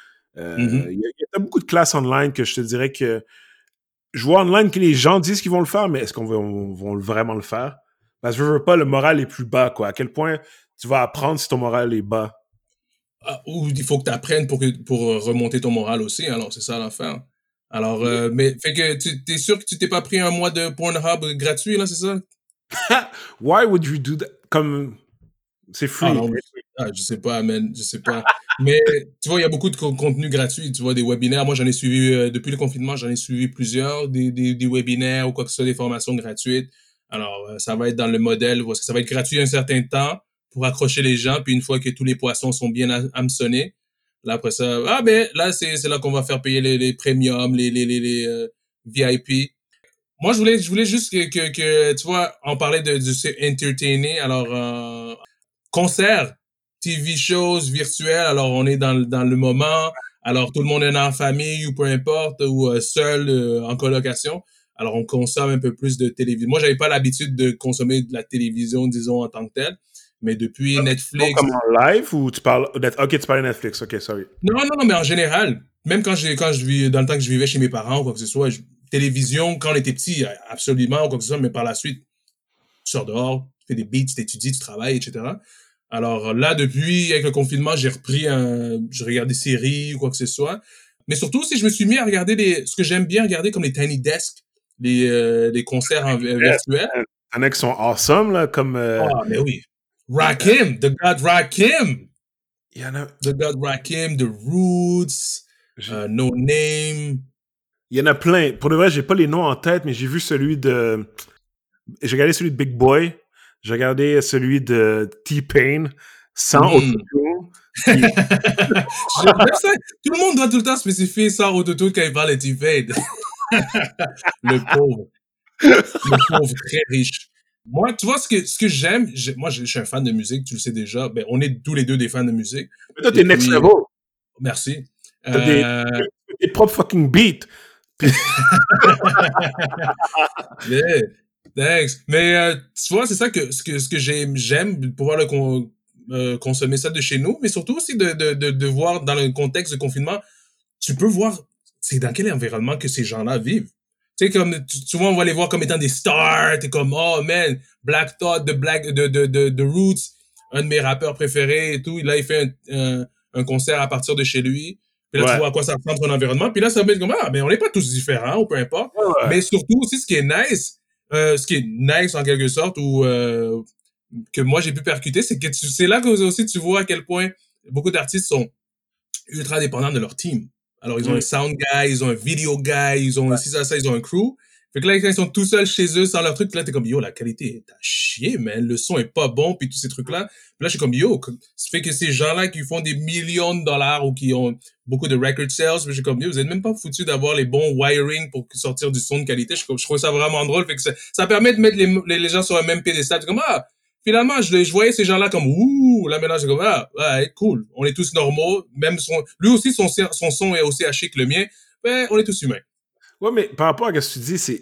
Mhm. Il y a beaucoup de classes online que je te dirais que je vois online que les gens disent qu'ils vont le faire, mais est-ce qu'on va vraiment le faire? Parce que je veux pas, le moral est plus bas, quoi. À quel point tu vas apprendre si ton moral est bas? Ah, ou il faut que tu apprennes pour remonter ton moral aussi, alors c'est ça l'affaire. Alors, mais fait que tu t'es sûr que tu t'es pas pris un mois de Pornhub gratuit, là, c'est ça? Why would you do that? Comme, c'est Ah free. non, je sais pas, man, je sais pas. Mais tu vois, il y a beaucoup de contenu gratuit, tu vois, des webinaires. Moi, j'en ai suivi, depuis le confinement, j'en ai suivi plusieurs, des webinaires ou quoi que ce soit, des formations gratuites. Alors, ça va être dans le modèle, parce que ça va être gratuit un certain temps pour accrocher les gens, puis une fois que tous les poissons sont bien hameçonnés, là, après ça, ah ben, là, c'est là qu'on va faire payer les premiums, les VIP. Moi, je voulais juste que, tu vois, on parlait de se entertainer. Alors, concerts, TV shows virtuels. Alors, on est dans le moment. Alors, tout le monde est en famille ou peu importe, ou seul en colocation. Alors, on consomme un peu plus de télévision. Moi, j'avais pas l'habitude de consommer de la télévision, disons, en tant que telle. Mais depuis Non, Netflix, comme en live ou tu parles. Ok, tu parles de Netflix. Ok, sorry. non, mais en général, même quand je vis, dans le temps que je vivais chez mes parents ou quoi que ce soit, télévision, quand on était petit, absolument, ou quoi que ce soit, mais par la suite, tu sors dehors, tu fais des beats, tu étudies, tu travailles, etc. Alors là, depuis, avec le confinement, je regarde des séries ou quoi que ce soit. Mais surtout, si je me suis mis à regarder ce que j'aime bien regarder comme les Tiny Desk, les concerts Yes, virtuels. man. Il y en a qui sont awesome, là, comme. Ah, mais oui. Rakim, The God Rakim. Il y en a. The God Rakim, The Roots, j'ai- No Name. Il y en a plein. Pour de vrai, j'ai pas les noms en tête, mais j'ai vu celui de. J'ai regardé celui de Big Boy. J'ai regardé celui de T-Pain sans Mhm. autotune. Puis, J'aime ça. Tout le monde doit tout le temps spécifier ça autotune quand il parle de T-Pain. Le pauvre. Le pauvre très riche. Moi, tu vois, ce que j'aime, moi, je suis un fan de musique, tu le sais déjà. Ben, on est tous les deux des fans de musique. mais toi, Et t'es next puis, level. merci. T'as Euh, tes propres fucking beats. Puis, yeah, thanks. Mais, tu vois, c'est ça ce que j'aime pouvoir consommer ça de chez nous, mais surtout aussi de voir dans le contexte de confinement, tu peux voir c'est dans quel environnement que ces gens-là vivent. Tu sais, comme, souvent, on va les voir comme étant des stars. T'es comme, oh man, Black Thought de Roots, un de mes rappeurs préférés et tout. Là, il fait un concert à partir de chez lui. Puis là, tu ouais. vois à quoi ça ressemble son environnement. Puis là, ça va être comme, ah, mais on n'est pas tous différents ou peu importe. Ouais, ouais. Mais surtout aussi, ce qui est nice en quelque sorte, ou que moi j'ai pu percuter, c'est que c'est là que aussi tu vois à quel point beaucoup d'artistes sont ultra dépendants de leur team. Alors, ils ont un Mm. sound guy, ils ont un video guy, ils ont ci, ça, ils ont un crew. Fait que là, quand ils sont tout seuls chez eux, sans leur truc, là, t'es comme, yo, la qualité est à chier, man. Le son est pas bon, puis tous ces trucs-là. Puis là, je suis comme, yo, ça fait que ces gens-là qui font des millions de dollars ou qui ont beaucoup de record sales, je suis comme, yo, vous êtes même pas foutus d'avoir les bons wiring pour sortir du son de qualité. Je trouve ça vraiment drôle. Fait que ça permet de mettre les gens sur un même pédestal. C'est comme, ah, finalement, je voyais ces gens-là comme, ouh, là, maintenant, c'est comme, ah, ouais, cool. On est tous normaux. Même lui aussi, son son est aussi haché que le mien. Ben, on est tous humains. Ouais, mais par rapport à ce que tu dis, c'est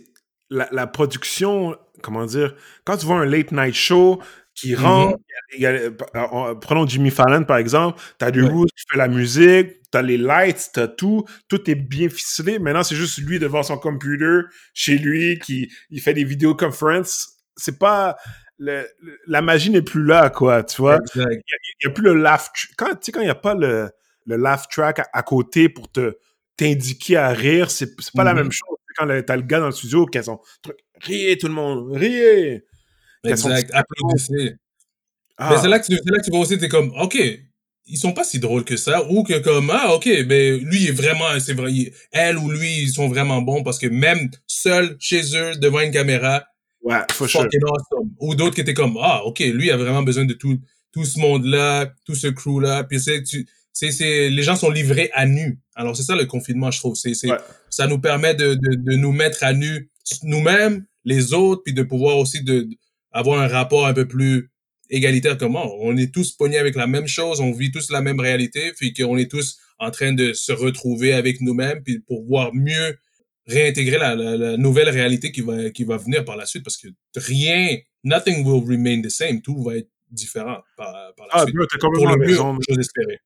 la production, comment dire, quand tu vois un late night show qui rentre, Mhm. prenons Jimmy Fallon par exemple, t'as du Ouais, Roos qui fait la musique, t'as les lights, t'as tout est bien ficelé. Maintenant, c'est juste lui devant son computer, chez lui, qui il fait des vidéoconferences. C'est pas, la magie n'est plus là, quoi, tu vois. exact. Il y a plus le laugh, quand, tu sais, quand il y a pas le laugh track à côté pour t'indiquer à rire, c'est pas la même Mhm. chose quand t'as le gars dans le studio qui a son truc. Riez tout le monde, riez! Qui a son petit Exact. piano. Applaudissez. Mais Ah, c'est là que tu vois aussi, t'es comme, OK, ils sont pas si drôles que ça, ou que comme, ah, OK, ben, lui est vraiment, c'est vrai, elle ou lui, ils sont vraiment bons parce que même seuls chez eux, devant une caméra, ouais, for sure. fucking awesome. Ou d'autres qui étaient comme, ah, OK, lui a vraiment besoin de tout ce monde-là, tout ce crew-là, puis les gens sont livrés à nu. Alors, c'est ça le confinement, je trouve. Ouais. Ça nous permet de nous mettre à nu nous-mêmes, les autres, puis de pouvoir aussi avoir un rapport un peu plus égalitaire. Comment on est tous pognés avec la même chose, on vit tous la même réalité, puis qu'on est tous en train de se retrouver avec nous-mêmes, puis pour voir mieux réintégrer la nouvelle réalité qui va venir par la suite, parce que rien, nothing will remain the same, tout va être différent par la Ah, suite. bro, t'as Pour complètement le mieux, raison. j'ose espérer.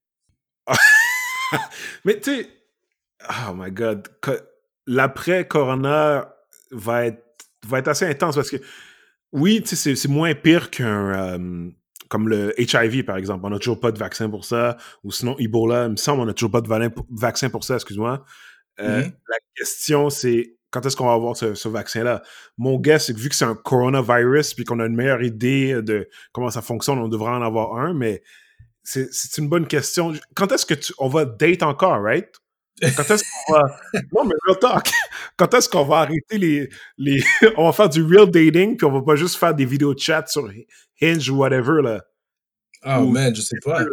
Mais tu sais, oh my God, l'après-corona va être, va être assez intense parce que, oui, tu sais, c'est moins pire comme le HIV, par exemple. On n'a toujours pas de vaccin pour ça. Ou sinon, Ebola, il me semble, on n'a toujours pas de vaccin pour ça, excuse-moi. Mhm. La question, c'est quand est-ce qu'on va avoir ce vaccin-là? Mon guess, c'est que vu que c'est un coronavirus puis qu'on a une meilleure idée de comment ça fonctionne, on devrait en avoir un, mais c'est une bonne question. Quand est-ce que on va date encore, right? Quand est-ce qu'on va... Non, mais real talk. Quand est-ce qu'on va arrêter les... on va faire du real dating puis on va pas juste faire des vidéos chat sur Hinge ou whatever, là. Oh Ou... man, je sais pas.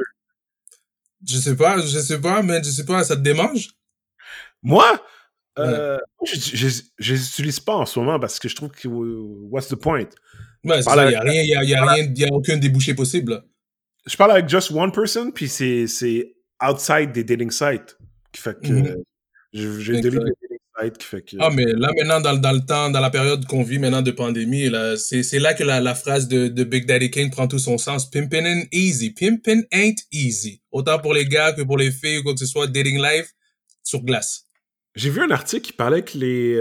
Je sais pas, mais je sais pas, ça te démange? Moi, Ouais. je les utilise pas en ce moment parce que je trouve que what's the point? Je Ouais, c'est parle ça, avec, il y a rien, il y a aucun débouché possible, là. je parle avec just one person, puis c'est outside des dating sites. Qui fait que Mhm. j'ai delete les Exact. dating sites, qui fait Ah, que... mais là, maintenant, dans le temps, dans la période qu'on vit maintenant de pandémie, là, c'est là que la phrase de Big Daddy Kane prend tout son sens. Pimpin' ain't easy. Pimpin' ain't easy. Autant pour les gars que pour les filles ou quoi que ce soit, dating life sur glace. J'ai vu un article qui parlait que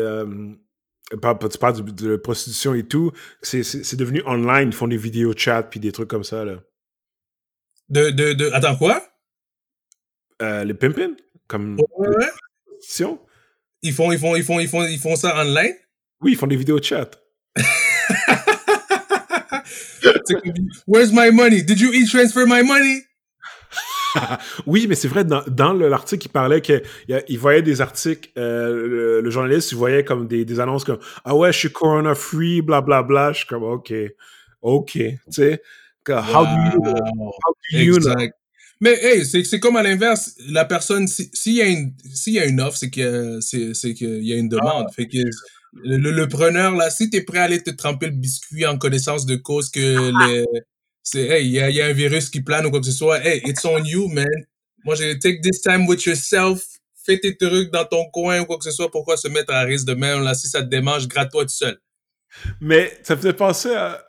tu parles de prostitution et tout, c'est devenu online, ils font des vidéos chat puis des trucs comme ça, là. Attends, quoi? Les pimpin', Ouais, comme ouais, les ouais. prostitutions. Ils font ça online? Oui, ils font des vidéos chat. C'est comme, where's my money? Did you e-transfer my money? Oui, mais c'est vrai, dans l'article, il parlait il voyait des articles, le journaliste, il voyait comme des annonces comme Ah ouais, je suis corona free, blablabla. Bla, bla. Je suis comme OK, tu sais. Wow. How do you know? Exact. Mais hey, c'est comme à l'inverse, la personne s'il y a une offre, c'est qu'il y a une demande. Fait que le preneur là, si t'es prêt à aller te tremper le biscuit en connaissance de cause que c'est hey, il y a un virus qui plane ou quoi que ce soit, hey, it's on you, man. Moi, j'ai take this time with yourself, fais tes trucs dans ton coin ou quoi que ce soit, pourquoi se mettre à risque de même là, si ça te démange, gratte-toi tout seul. Mais ça me faisait penser à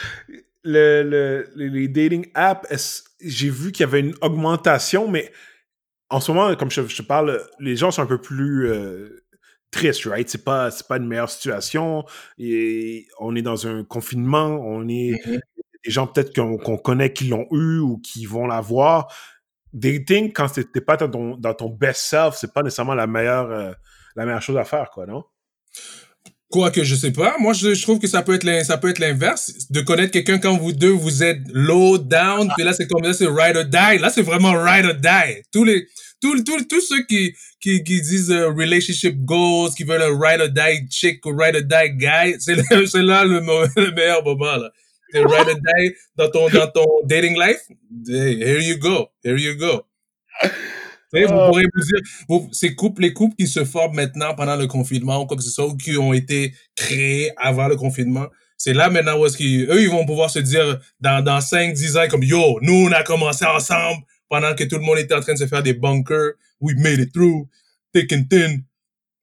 les dating apps. J'ai vu qu'il y avait une augmentation, mais en ce moment, comme je te parle, les gens sont un peu plus tristes, right? C'est pas une meilleure situation. Et on est dans un confinement. On est Mhm. des gens peut-être qu'on connaît qui l'ont eu ou qui vont l'avoir. Dating, quand t'es pas dans ton best self, c'est pas nécessairement la meilleure chose à faire, quoi, non? Quoique, je sais pas. Moi, je trouve que ça peut être l'inverse. De connaître quelqu'un quand vous deux, vous êtes low down, puis là, c'est comme là, c'est ride or die. Là, c'est vraiment ride or die. Tous ceux qui disent relationship goals, qui veulent un ride or die chick ou ride or die guy, c'est là le meilleur moment, là. C'est ride or die dans ton dating life. Hey, here you go. Here you go. Tu sais, vous Oh, pourrez vous dire, les couples qui se forment maintenant pendant le confinement ou quoi que ce soit, ou qui ont été créés avant le confinement, c'est là maintenant où est-ce qu'eux, ils vont pouvoir se dire dans 5-10 ans, comme yo, nous, on a commencé ensemble pendant que tout le monde était en train de se faire des bunkers, we made it through, thick and thin.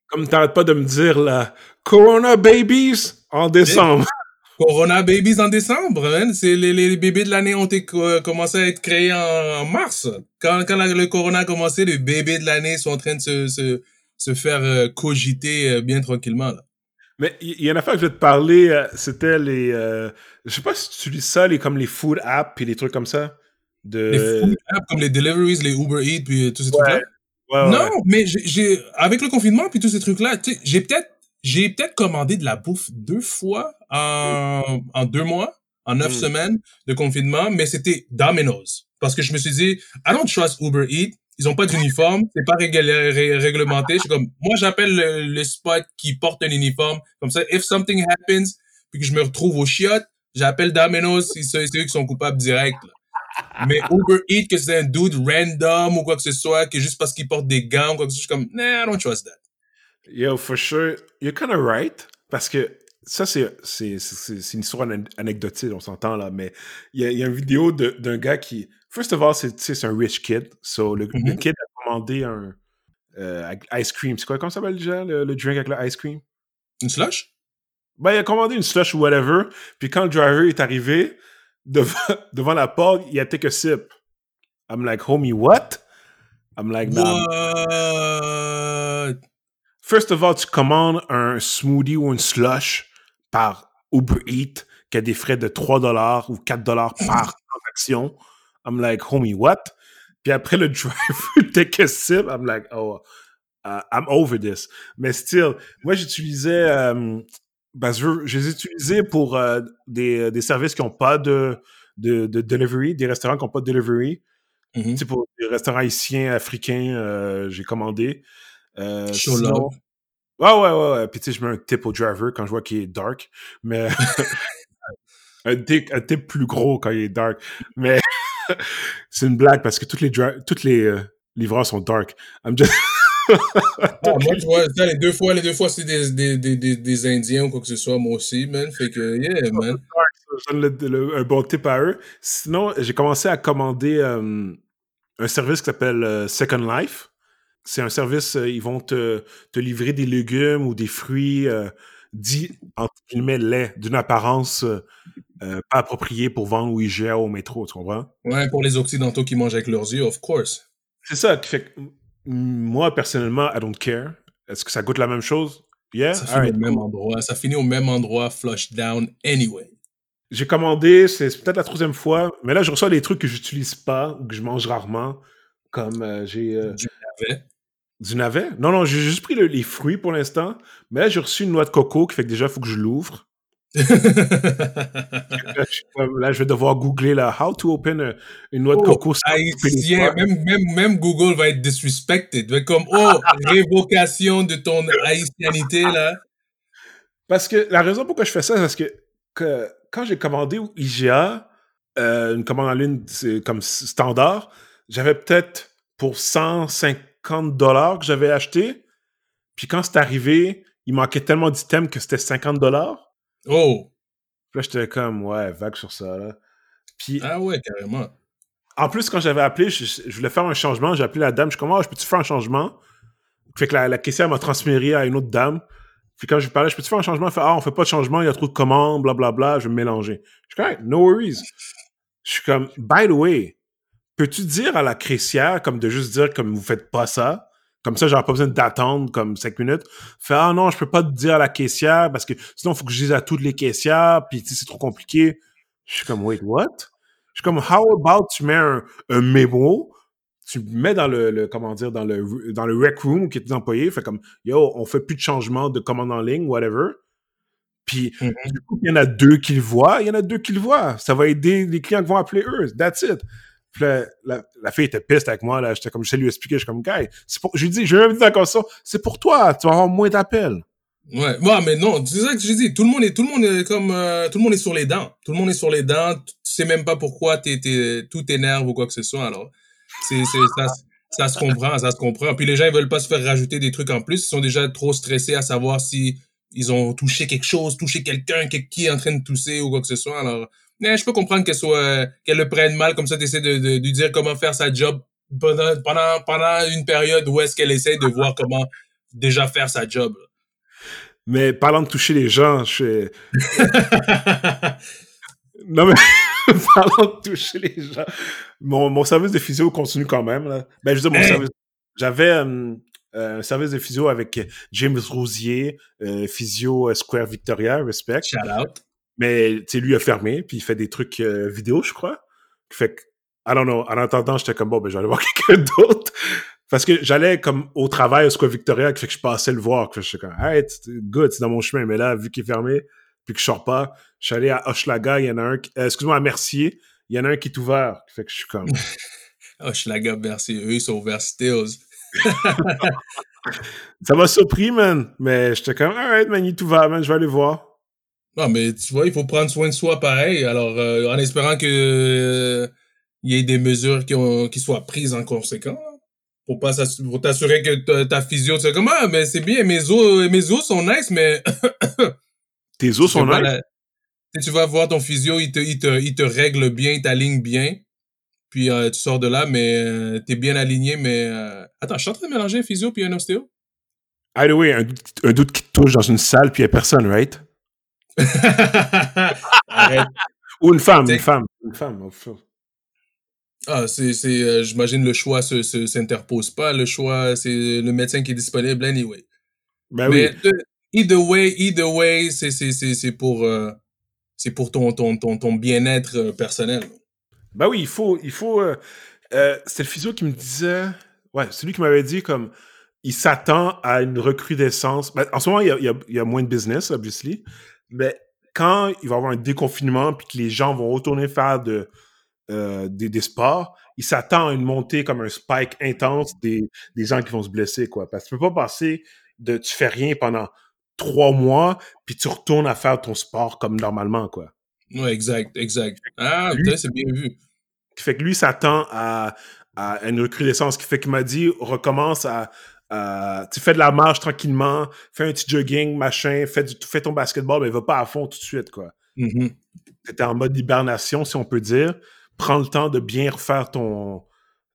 Comme t'arrêtes pas de me dire, là, Corona Babies en décembre. Corona Babies en décembre, hein? C'est les bébés de l'année ont été commencé à être créés en mars. Quand le Corona a commencé, les bébés de l'année sont en train de se faire cogiter bien tranquillement. Là. Mais il y a une affaire que je vais te parler, c'était les... je sais pas si tu utilises ça, comme les food apps et les trucs comme ça. Les food De... apps comme les Deliveries, les Uber Eats, puis tous ces Ouais, trucs-là. ouais, Non, ouais. mais avec le confinement puis tous ces trucs-là, tu sais, j'ai peut-être commandé de la bouffe 2 fois en 2 mois, en neuf Mm. semaines de confinement, mais c'était Domino's. Parce que je me suis dit, I don't trust Uber Eats. Ils ont pas d'uniforme, c'est pas réglementé. Je suis comme, moi, j'appelle le spot qui porte un uniforme. Comme ça, if something happens, puis que je me retrouve au chiottes, j'appelle Domino's, c'est eux qui sont coupables direct, là. Mais Uber Eats, que c'est un dude random ou quoi que ce soit, que juste parce qu'il porte des gants ou quoi que ce soit, je suis comme, nah, I don't trust that. Yo, for sure, you're kind of right. Parce que ça, c'est une histoire anecdotique, on s'entend là. Mais il y a une vidéo d'un gars qui. First of all, c'est un rich kid. So, le Mhm. kid a commandé un ice cream. C'est quoi, comment ça s'appelle déjà, le drink avec le ice cream? Une slush? Ben, il a commandé une slush ou whatever. Puis quand le driver est arrivé, devant, devant la porte, il a take a sip. I'm like, homie, what? I'm like, nah. What? First of all, tu commandes un smoothie ou une slush par Uber Eats qui a des frais de 3 dollars ou 4 dollars par transaction. I'm like, homie, what? Puis après, le driver take a sip. I'm like, oh, I'm over this. Mais still, moi, j'utilisais... ben, je les utilisais pour des services qui n'ont pas de delivery, des restaurants qui n'ont pas de delivery. Tu sais, Mhm. pour des restaurants haïtiens, africains, j'ai commandé. Show Sinon, love. ouais, ouais, ouais, ouais. Puis tu sais, je mets un tip au driver quand je vois qu'il est dark. Mais un tip plus gros quand il est dark. Mais c'est une blague parce que toutes les livreurs sont dark. I'm just... Ah, toutes moi, les tu vois, ça, les deux fois, c'est des Indiens ou quoi que ce soit, moi aussi, man. Fait que, yeah, man. je donne un bon tip à eux. Sinon, j'ai commencé à commander un service qui s'appelle Second Life. C'est un service, ils vont te livrer des légumes ou des fruits dits, entre guillemets, laids, d'une apparence pas appropriée pour vendre ou IGA au métro, tu comprends? Ouais, pour les Occidentaux qui mangent avec leurs yeux, of course. C'est ça qui fait que moi, personnellement, I don't care. Est-ce que ça goûte la même chose? Yeah? Ça All finit au right, même cool. endroit. Ça finit au même endroit, flush down, anyway. J'ai commandé, c'est peut-être la troisième fois, mais là, je reçois des trucs que j'utilise pas ou que je mange rarement, comme j'ai Du navet. du navet. Non, non, j'ai juste pris les fruits pour l'instant, mais là, j'ai reçu une noix de coco qui fait que déjà, il faut que je l'ouvre. Là, je vais devoir googler là, how to open une noix de Oh, coco sans couper les haïtien, doigts. même Google va être disrespected. Va être comme, oh, révocation de ton haïtianité, là. Parce que la raison pourquoi je fais ça, c'est parce que quand j'ai commandé au IGA, une commande en ligne comme standard, j'avais peut-être pour 150 dollars que j'avais acheté. Puis quand c'est arrivé, il manquait tellement d'items que c'était 50 dollars. Oh, Puis là, j'étais comme, ouais, vague sur ça. Là. Puis ah ouais, carrément. en plus, quand j'avais appelé, je voulais faire un changement. J'ai appelé la dame. Je suis comme, oh, je peux-tu faire un changement? Fait que la caissière m'a transféré à une autre dame. Puis quand je lui parlais, je peux-tu faire un changement? Elle fait, ah, on fait pas de changement, il y a trop de commandes, blablabla, je vais me mélanger. Je suis comme, hey, no worries. Je suis comme, by the way, peux-tu dire à la caissière, comme de juste dire, comme vous faites pas ça? Comme ça, j'aurais pas besoin d'attendre comme 5 minutes. Fait, ah non, je peux pas te dire à la caissière parce que sinon, il faut que je dise à toutes les caissières, puis c'est trop compliqué. Je suis comme, wait, what? Je suis comme, how about tu mets un mémo, tu mets dans comment dire, dans le rec room qui est des employés, fait comme, yo, on fait plus de changement de commande en ligne, whatever. Puis, Mhm. du coup, il y en a deux qui le voient, il y en a deux qui le voient. Ça va aider les clients qui vont appeler eux. That's it. Puis là, la fille était piste avec moi, là. J'étais comme, je sais lui expliquer, je suis comme, guy, je lui dis, je vais même dire comme ça, c'est pour toi, tu vas avoir moins d'appels. Ouais, mais non, c'est ça que j'ai dit. Tout le monde est comme, tout le monde est sur les dents. Tout le monde est sur les dents. Tu sais même pas pourquoi tout t'énerve ou quoi que ce soit. Alors, ça se comprend, ça se comprend. Puis les gens, ils veulent pas se faire rajouter des trucs en plus. Ils sont déjà trop stressés à savoir si ils ont touché quelque chose, touché quelqu'un, qui est en train de tousser ou quoi que ce soit. Alors, je peux comprendre qu'elle le prenne mal, comme ça, t'essaies de lui dire comment faire sa job pendant une période où est-ce qu'elle essaie de voir comment déjà faire sa job. Mais parlant de toucher les gens, non, mais parlant de toucher les gens, mon service de physio continue quand même. Là. Ben, je veux dire, mon Hey! service... J'avais un service de physio avec James Rosier, physio Square Victoria, respect. Shout out. Mais, tu sais, lui a fermé, puis il fait des trucs vidéo, je crois. Fait que, I don't know, en attendant, j'étais comme, bon, ben, je vais aller voir quelqu'un d'autre. Parce que j'allais comme au travail au Square Victoria, fait que je passais le voir. Que je suis comme, hey, good, c'est dans mon chemin. Mais là, vu qu'il est fermé, puis que je sors pas, je suis allé à Hochelaga, il y en a un, excuse-moi, à Mercier, il y en a un qui est ouvert. Fait que je suis comme... Hochelaga, merci. Eux, ils sont ouverts stills. Ça m'a surpris, man. Mais j'étais comme, alright, man, il est ouvert, man, je vais aller voir. Non, mais tu vois, il faut prendre soin de soi pareil. Alors, en espérant que il y ait des mesures qui soient prises en conséquence. Pour t'assurer que ta physio, tu sais comme, ah, mais c'est bien, mes os sont nice, mais Tes os sont nice? Tu vas voir ton physio, il te règle bien, il t'aligne bien. Puis tu sors de là, mais t'es bien aligné, mais... Attends, je suis en train de mélanger un physio puis un ostéo? By the way, un doute qui te touche dans une salle, puis il y a personne, right? Arrête. Ou une femme. Ah, j'imagine le choix s'interpose pas. Le choix, c'est le médecin qui est disponible anyway. Ben Mais oui. either way, c'est pour ton bien-être personnel. Ben oui, il faut c'est le physio qui me disait, ouais, c'est lui qui m'avait dit comme, il s'attend à une recrudescence. Ben, en ce moment, il y a moins de business, obviously, mais quand il va y avoir un déconfinement puis que les gens vont retourner faire des sports, il s'attend à une montée comme un spike intense des gens qui vont se blesser, quoi. Parce que tu peux pas passer tu fais rien pendant 3 mois puis tu retournes à faire ton sport comme normalement, quoi. Ouais, exact. Ah, Lui, c'est bien vu. qui fait que lui s'attend à une recrudescence, qui fait qu'il m'a dit recommence tu fais de la marche tranquillement, fais un petit jogging, machin, fais ton basketball, mais va pas à fond tout de suite, quoi. Mm-hmm. T'es en mode hibernation, si on peut dire. Prends le temps de bien refaire ton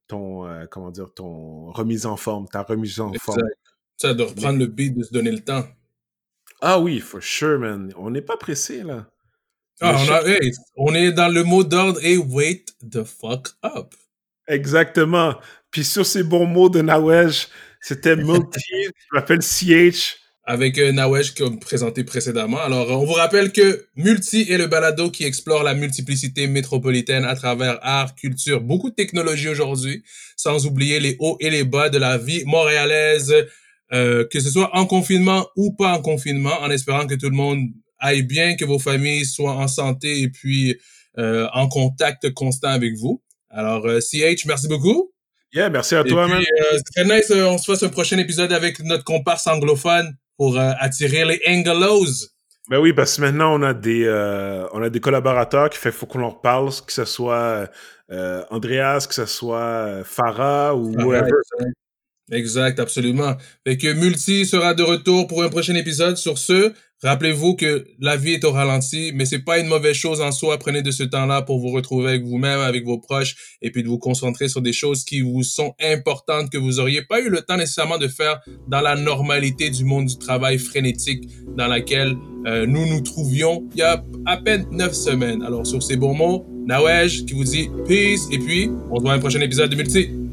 remise en forme, ta remise en forme. Exact. Ça, de reprendre le beat, de se donner le temps. Ah oui, for sure, man. On n'est pas pressé, là. Ah, on est dans le mot d'ordre et wait the fuck up. Exactement. Puis sur ces bons mots de Nawej, c'était Multi, je m'appelle CH. Avec Nawej comme présenté précédemment. Alors, on vous rappelle que Multi est le balado qui explore la multiplicité métropolitaine à travers art, culture, beaucoup de technologie aujourd'hui, sans oublier les hauts et les bas de la vie montréalaise, que ce soit en confinement ou pas en confinement, en espérant que tout le monde aille bien, que vos familles soient en santé et puis en contact constant avec vous. Alors, CH, merci beaucoup. Yeah, merci à toi, man. C'est très nice, on se fasse un prochain épisode avec notre comparse anglophone pour attirer les Anglos. Ben oui, parce que maintenant, on a des collaborateurs qui fait faut qu'on leur parle, que ce soit Andreas, que ce soit Farah ou whoever. Exact, absolument. Fait que Multi sera de retour pour un prochain épisode. Sur ce, rappelez-vous que la vie est au ralenti, mais c'est pas une mauvaise chose en soi. Prenez de ce temps-là pour vous retrouver avec vous-même, avec vos proches, et puis de vous concentrer sur des choses qui vous sont importantes, que vous auriez pas eu le temps nécessairement de faire dans la normalité du monde du travail frénétique dans laquelle nous nous trouvions il y a à peine 9 semaines. Alors, sur ces bons mots, Nawej qui vous dit peace, et puis on se voit à un prochain épisode de Multi.